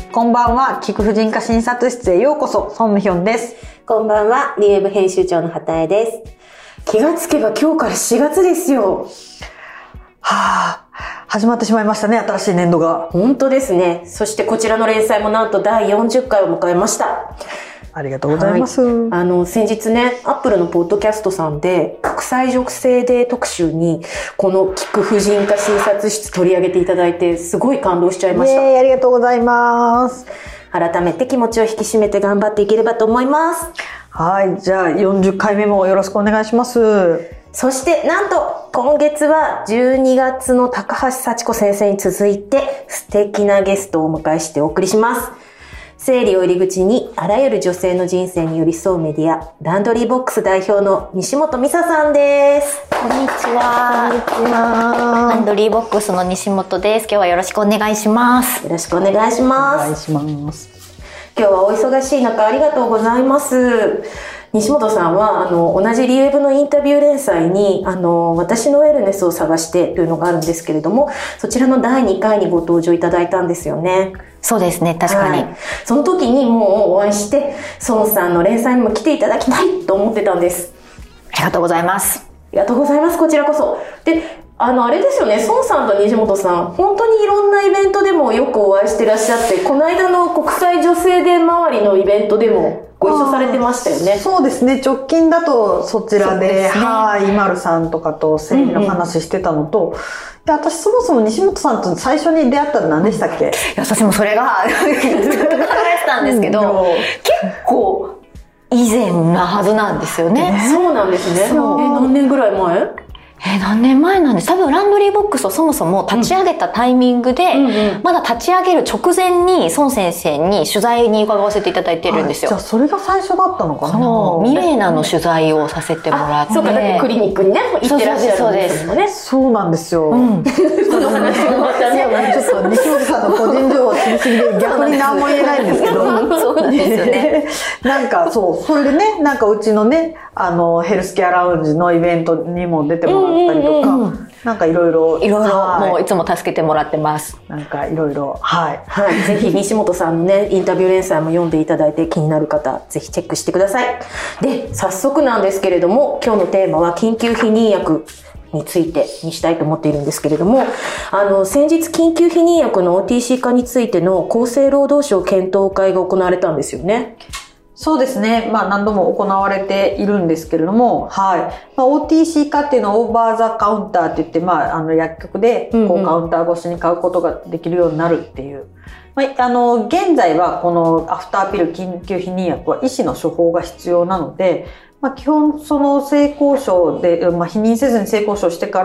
こんばんは、菊婦人科診察室へようこそ、ソンムヒョンです。 こんばんは、リエブ編集長の畑江です。気がつけば今日から4月ですよ。 始まってしまいましたね、新しい年度が。 本当ですね。そしてこちらの連載もなんと第40回を迎えました。 ありがとうございます。 先日ね、アップルのポッドキャストさんで国際女性デー特集にこの菊婦人科診察室取り上げていただいて、すごい感動しちゃいました。 ありがとうございます。 改めて気持ちを引き締めて頑張っていければと思います。 はい、じゃあ40回目もよろしくお願いします。 そしてなんと今月は12月の高橋幸子先生に続いて素敵なゲストをお迎えしてお送りします。生理を入り口にあらゆる女性の人生に寄り添うメディア、ランドリーボックス代表の西本美沙さんです。 こんにちは。 こんにちは。 ランドリーボックスの西本です。今日はよろしくお願いします。 よろしくお願いします。 お願いします。 今日はお忙しい中ありがとうございます。西本さんは同じリエブのインタビュー連載に私のウェルネスを探してというのがあるんですけれども、そちらの第2回にご登場いただいたんですよね。 そうですね、確かに、 はい、その時にもうお会いして孫さんの連載にも来ていただきたいと思ってたんです。 ありがとうございます。 ありがとうございます。こちらこそで、あれですよね、孫さんと西本さん本当にいろんなイベントでもよくお会いしてらっしゃって、この間の国際女性デー周りのイベントでもご一緒されてましたよね。 そうですね、直近だとそちらで、はい、丸さんとかと生理の話してたのと、で、私そもそも西本さんと最初に出会ったの何でしたっけ？ 私もそれがずっと考えてたんですけど、結構以前なはずなんですよね。 そうなんですね。何年ぐらい前？ 何年前なんです？多分ランドリーボックスをそもそも立ち上げたタイミングで、まだ立ち上げる直前に孫先生に取材に伺わせていただいてるんですよ。 じゃあそれが最初だったのかな。 そう、ミレーナの取材をさせてもらって。 そうか、だってクリニックにね行ってらっしゃるんですよね。 そうなんですよ。 その話もまたね、 ちょっと西本さんの個人情報知りすぎで逆に何も言えないんですけどそうなんですよね。 なんかそう、それでね、なんかうちのね、ヘルスケアラウンジのイベントにも出てもらったりとか、なんかいろいろもういつも助けてもらってます。 なんかいろいろ、はい、 はい、ぜひ西本さんのねインタビュー連載も読んでいただいて、気になる方ぜひチェックしてください。で、早速なんですけれども、今日のテーマは緊急避妊薬についてにしたいと思っているんですけれども、先日緊急避妊薬の OTC 化についての厚生労働省検討会が行われたんですよね。 そうですね。何度も行われているんですけれども、はい。OTC 化っていうのはオーバーザカウンターって言って、薬局でこうカウンター越しに買うことができるようになるっていう。現在はこのアフターピル緊急避妊薬は医師の処方が必要なので、基本その性交渉で、避妊せずに性交渉してから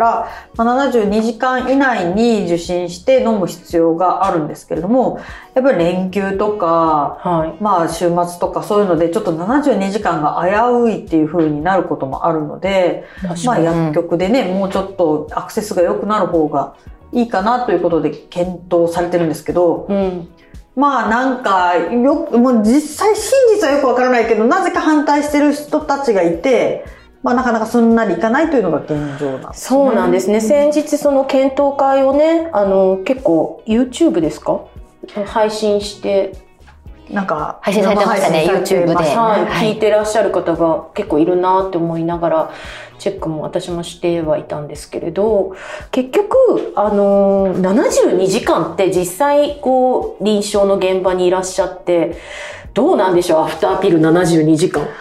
、72時間以内に受診して飲む必要があるんですけれども、やっぱり連休とか、はい、週末とかそういうのでちょっと72時間が危ういっていう風になることもあるので、薬局でね、もうちょっとアクセスが良くなる方がいいかなということで検討されてるんですけど、なんかもう実際真実はよくわからないけど、なぜか反対してる人たちがいて、なかなかすんなりいかないというのが現状なんですね。 そうなんですね。先日その検討会をね、結構 YouTube ですか？配信してなんか配信されてましたね、YouTube で、 聞いてらっしゃる方が結構いるなって思いながらチェックも私もしてはいたんですけれど、結局72時間って実際こう臨床の現場にいらっしゃって、どうなんでしょう、アフターピル72時間。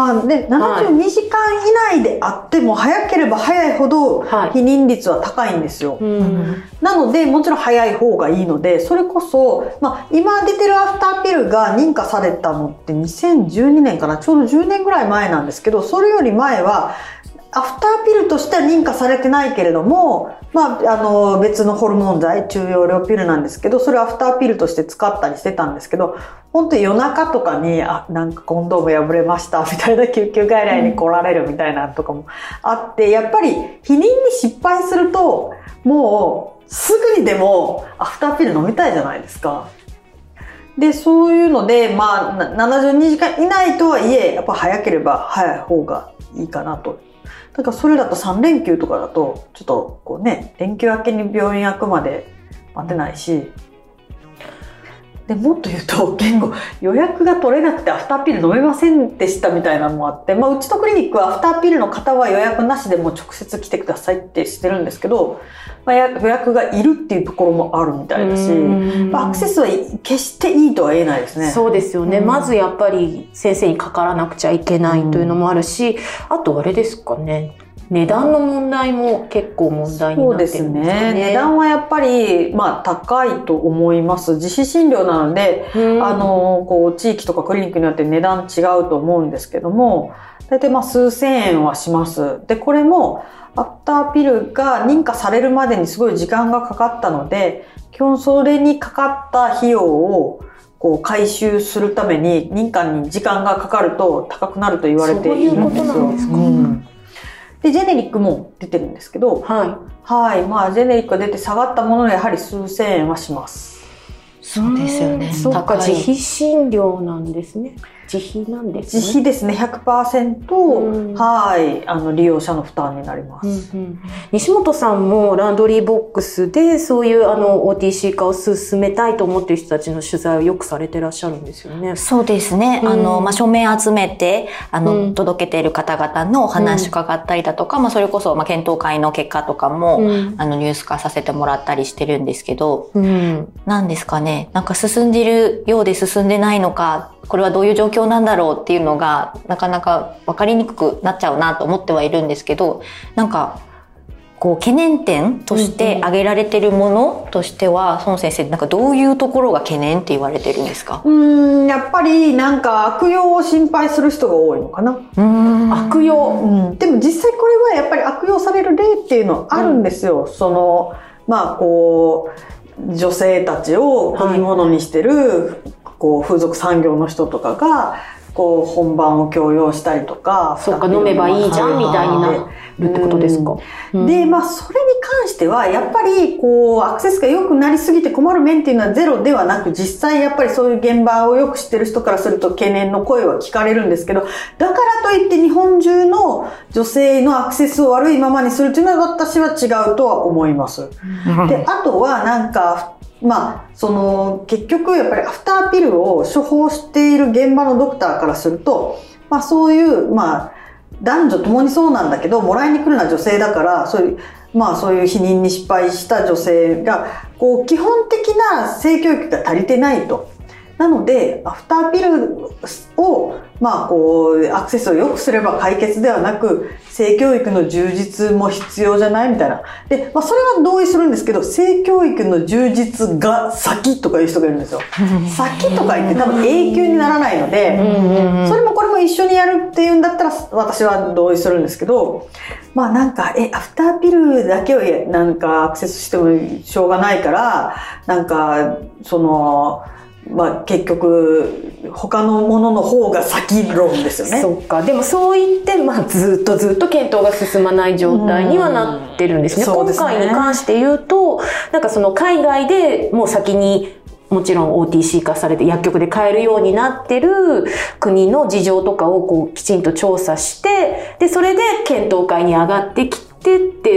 72時間以内であっても、早ければ早いほど避妊率は高いんですよ。なのでもちろん早い方がいいので、それこそ、今出てるアフターピルが認可されたのって2012年かな、ちょうど10年ぐらい前なんですけど、それより前はアフターピルとしては認可されてないけれども、別のホルモン剤、中容量ピルなんですけど、それをアフターピルとして使ったりしてたんですけど、本当に夜中とかに、なんかコンドーム破れましたみたいな救急外来に来られるみたいなのとかもあって、やっぱり避妊に失敗すると、もうすぐにでもアフターピル飲みたいじゃないですか。で、そういうので、72時間以内とはいえ、やっぱ早ければ早い方がいいかなと。だからそれだと3連休とかだと、ちょっとこうね、連休明けに病院開くまで待てないし。 でもっと言うと結構予約が取れなくてアフターピル飲めませんでしたみたいなのもあって、うちのクリニックはアフターピルの方は予約なしでもう直接来てくださいってしてるんですけど、予約がいるっていうところもあるみたいだし、アクセスは決していいとは言えないですね。 そうですよね。まずやっぱり先生にかからなくちゃいけないというのもあるし、あとあれですかね。値段の問題も結構問題になってるんですかね。 そうですね。値段はやっぱり、高いと思います。自費診療なので、地域とかクリニックによって値段違うと思うんですけども、大体数千円はします。で、これも、アフターピルが認可されるまでにすごい時間がかかったので、基本それにかかった費用を回収するために認可に時間がかかると高くなると言われているんですよ。 そういうことなんですか。 で、ジェネリックも出てるんですけど、はい。ジェネリックが出て下がったもののやはり数千円はします。 そうですよね。 そっか、自費診療なんですね。自費なんですね。 自費ですね。100%、利用者の負担になります。 西本さんもランドリーボックスでそういうOTC 化を進めたいと思っている人たちの取材をよくされてらっしゃるんですよね。 そうですね。署名集めて、届けている方々のお話伺ったりだとか、それこそ、検討会の結果とかも、ニュース化させてもらったりしてるんですけど、なんですかね。なんか進んでいるようで進んでないのか、これはどういう状況なんだろうっていうのがなかなか分かりにくくなっちゃうなと思ってはいるんですけど、なんか懸念点として挙げられてるものとしては、孫先生なんかどういうところが懸念って言われてるんですか？ やっぱりなんか悪用を心配する人が多いのかな。 悪用、 でも実際これはやっぱり悪用される例っていうのあるんですよ。女性たちを売り物にしてる、風俗産業の人とかが本番を強要したりとか、 そうか、飲めばいいじゃんみたいになるってことですか。 で、それに関してはやっぱりアクセスが良くなりすぎて困る面っていうのはゼロではなく、実際やっぱりそういう現場をよく知ってる人からすると懸念の声は聞かれるんですけど、だからといって日本中の女性のアクセスを悪いままにするっていうのは私は違うとは思います。で、あとはなんか結局やっぱりアフターピルを処方している現場のドクターからすると、そういう、男女ともにそうなんだけど、もらいに来るのは女性だから、そういう避妊に失敗した女性が、基本的な性教育が足りてないと。なので、アフターピルを、アクセスを良くすれば解決ではなく、性教育の充実も必要じゃないみたいな。で、それは同意するんですけど、性教育の充実が先とかいう人がいるんですよ。先とか言って多分永久にならないので、それもこれも一緒にやるっていうんだったら私は同意するんですけど、なんか、アフターピルだけをなんかアクセスしてもしょうがないから、なんか、結局他のものの方が先論ですよね。 そっか。でもそう言って、ずっと検討が進まない状態にはなってるんですね。今回に関して言うと、なんか海外でもう先にもちろん OTC 化されて薬局で買えるようになってる国の事情とかをきちんと調査して、でそれで検討会に上がってきてって、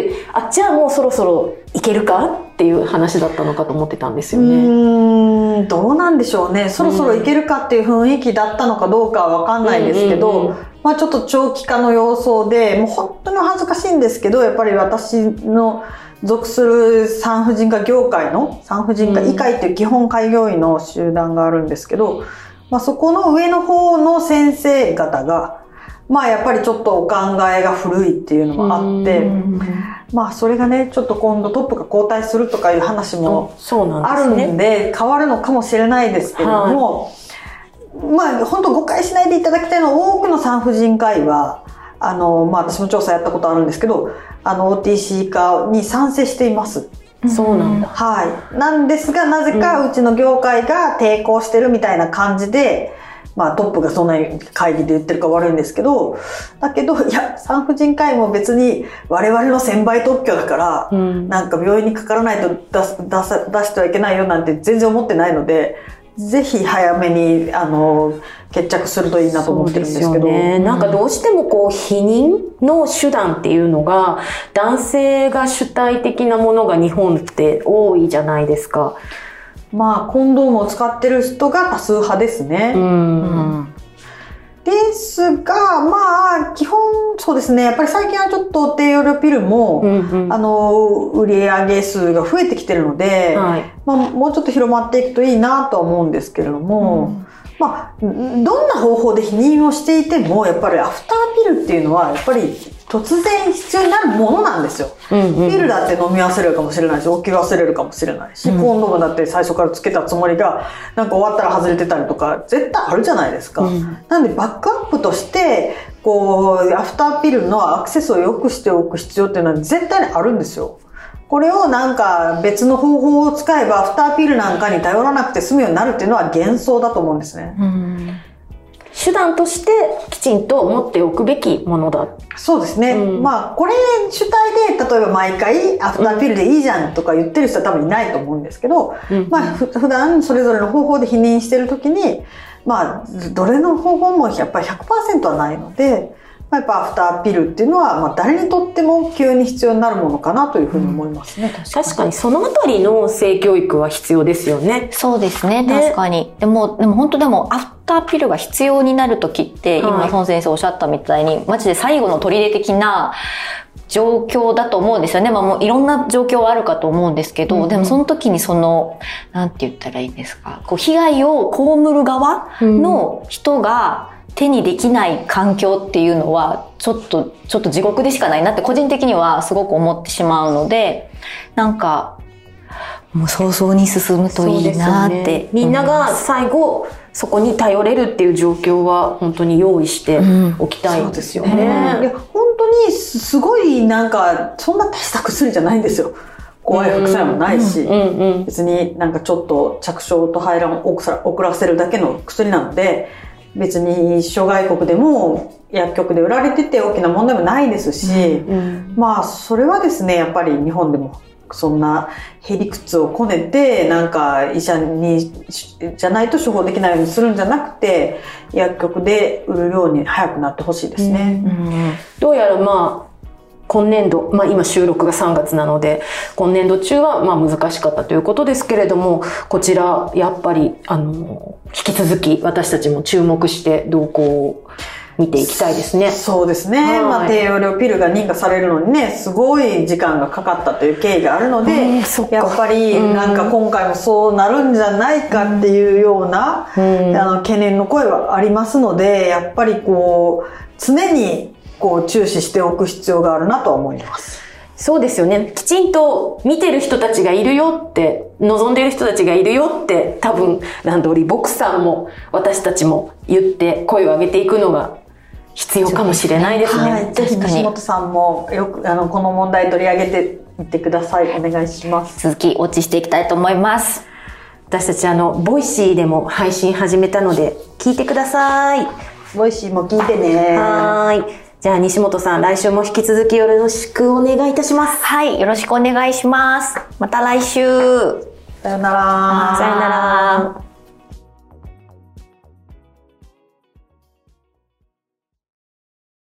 じゃあもうそろそろいけるかっていう話だったのかと思ってたんですよね。 どうなんでしょうね。そろそろいけるかっていう雰囲気だったのかどうかは分かんないですけど、ちょっと長期化の様相で、もう本当に恥ずかしいんですけど、やっぱり私の属する産婦人科業界の産婦人科医会という基本開業医の集団があるんですけど、そこの上の方の先生方がやっぱりちょっとお考えが古いっていうのもあって、それがね、ちょっと今度トップが交代するとかいう話もあるんで、変わるのかもしれないですけれども、本当誤解しないでいただきたいのは、多くの産婦人科医は、私も調査やったことあるんですけど、OTC 化に賛成しています。 そうなんだ。 なんですが、なぜかうちの業界が抵抗してるみたいな感じで、トップがそんな会議で言ってるか悪いんですけど、だけど、産婦人科医も別に我々の専売特許だから、なんか病院にかからないと出してはいけないよなんて全然思ってないので、ぜひ早めに決着するといいなと思ってるんですけど。 なんかどうしても避妊の手段っていうのが男性が主体的なものが日本って多いじゃないですか。 まあコンドームを使ってる人が多数派ですね。ですが、まあ基本そうですね、やっぱり最近はちょっと低用量ピルも、売上数が増えてきてるので、まあ、もうちょっと広まっていくといいなとは思うんですけれども、まあどんな方法で避妊をしていてもやっぱりアフターピルっていうのはやっぱり突然必要になるものなんですよ。ピルだって飲み忘れるかもしれないし、起き忘れるかもしれないし、コンドームだって最初からつけたつもりがなんか終わったら外れてたりとか絶対あるじゃないですか。なんでバックアップとしてこうアフターピルのアクセスを良くしておく必要っていうのは絶対にあるんですよ。これをなんか別の方法を使えばアフターピルなんかに頼らなくて済むようになるっていうのは幻想だと思うんですね。 手段としてきちんと持っておくべきものだ。 そうですね。まあこれ主体で例えば毎回アフターピルでいいじゃんとか言ってる人は多分いないと思うんですけど、まあ普段それぞれの方法で避妊してる時に、まあどれの方法もやっぱり 100% はないので、やっぱアフターピルっていうのは、まあ、誰にとっても急に必要になるものかなというふうに思いますね。 確かにそのあたりの性教育は必要ですよね。 そうですね、確かに。でも本当アフターピルが必要になる時って、今孫先生おっしゃったみたいにマジで最後の砦的な状況だと思うんですよね。まあもういろんな状況はあるかと思うんですけど、でもその時になんて言ったらいいんですか、こう被害を被る側の人が手にできない環境っていうのはちょっと地獄でしかないなって個人的にはすごく思ってしまうので、なんかもう早々に進むといいなって、 みんなが最後そこに頼れるっていう状況は本当に用意しておきたいですよね。 いや本当にすごいなんかそんな大した薬じゃないんですよ。怖い副作用もないし、別になんかちょっと着床と排卵を遅らせるだけの薬なので、別に諸外国でも薬局で売られてて大きな問題もないですし、まあそれはですね、やっぱり日本でもそんなへりくつをこねてなんか医者にじゃないと処方できないようにするんじゃなくて、薬局で売るように早くなってほしいですね。 どうやらまあ今年度、まあ今収録が3月なので、今年度中はまあ難しかったということですけれども、こちらやっぱり引き続き私たちも注目して動向を見ていきたいですね。 そうですね。まあ低用量ピルが認可されるのにね、すごい時間がかかったという経緯があるので、やっぱりなんか今回もそうなるんじゃないかっていうような、懸念の声はありますので、やっぱりこう常にこう注視しておく必要があるなとは思います。 そうですよね。きちんと見てる人たちがいるよって、望んでる人たちがいるよって、多分ランドリーボックスさんも私たちも言って声を上げていくのが必要かもしれないですね。 はい、ぜひ西本さんもよくこの問題取り上げてみてください。お願いします。 続きウォッチしていきたいと思います。 私たちボイシーでも配信始めたので聞いてください。 ボイシーも聞いてね。 はい。じゃあ西本さん、来週も引き続きよろしくお願いいたします。 はい、よろしくお願いします。また来週。 さよなら。 さよなら。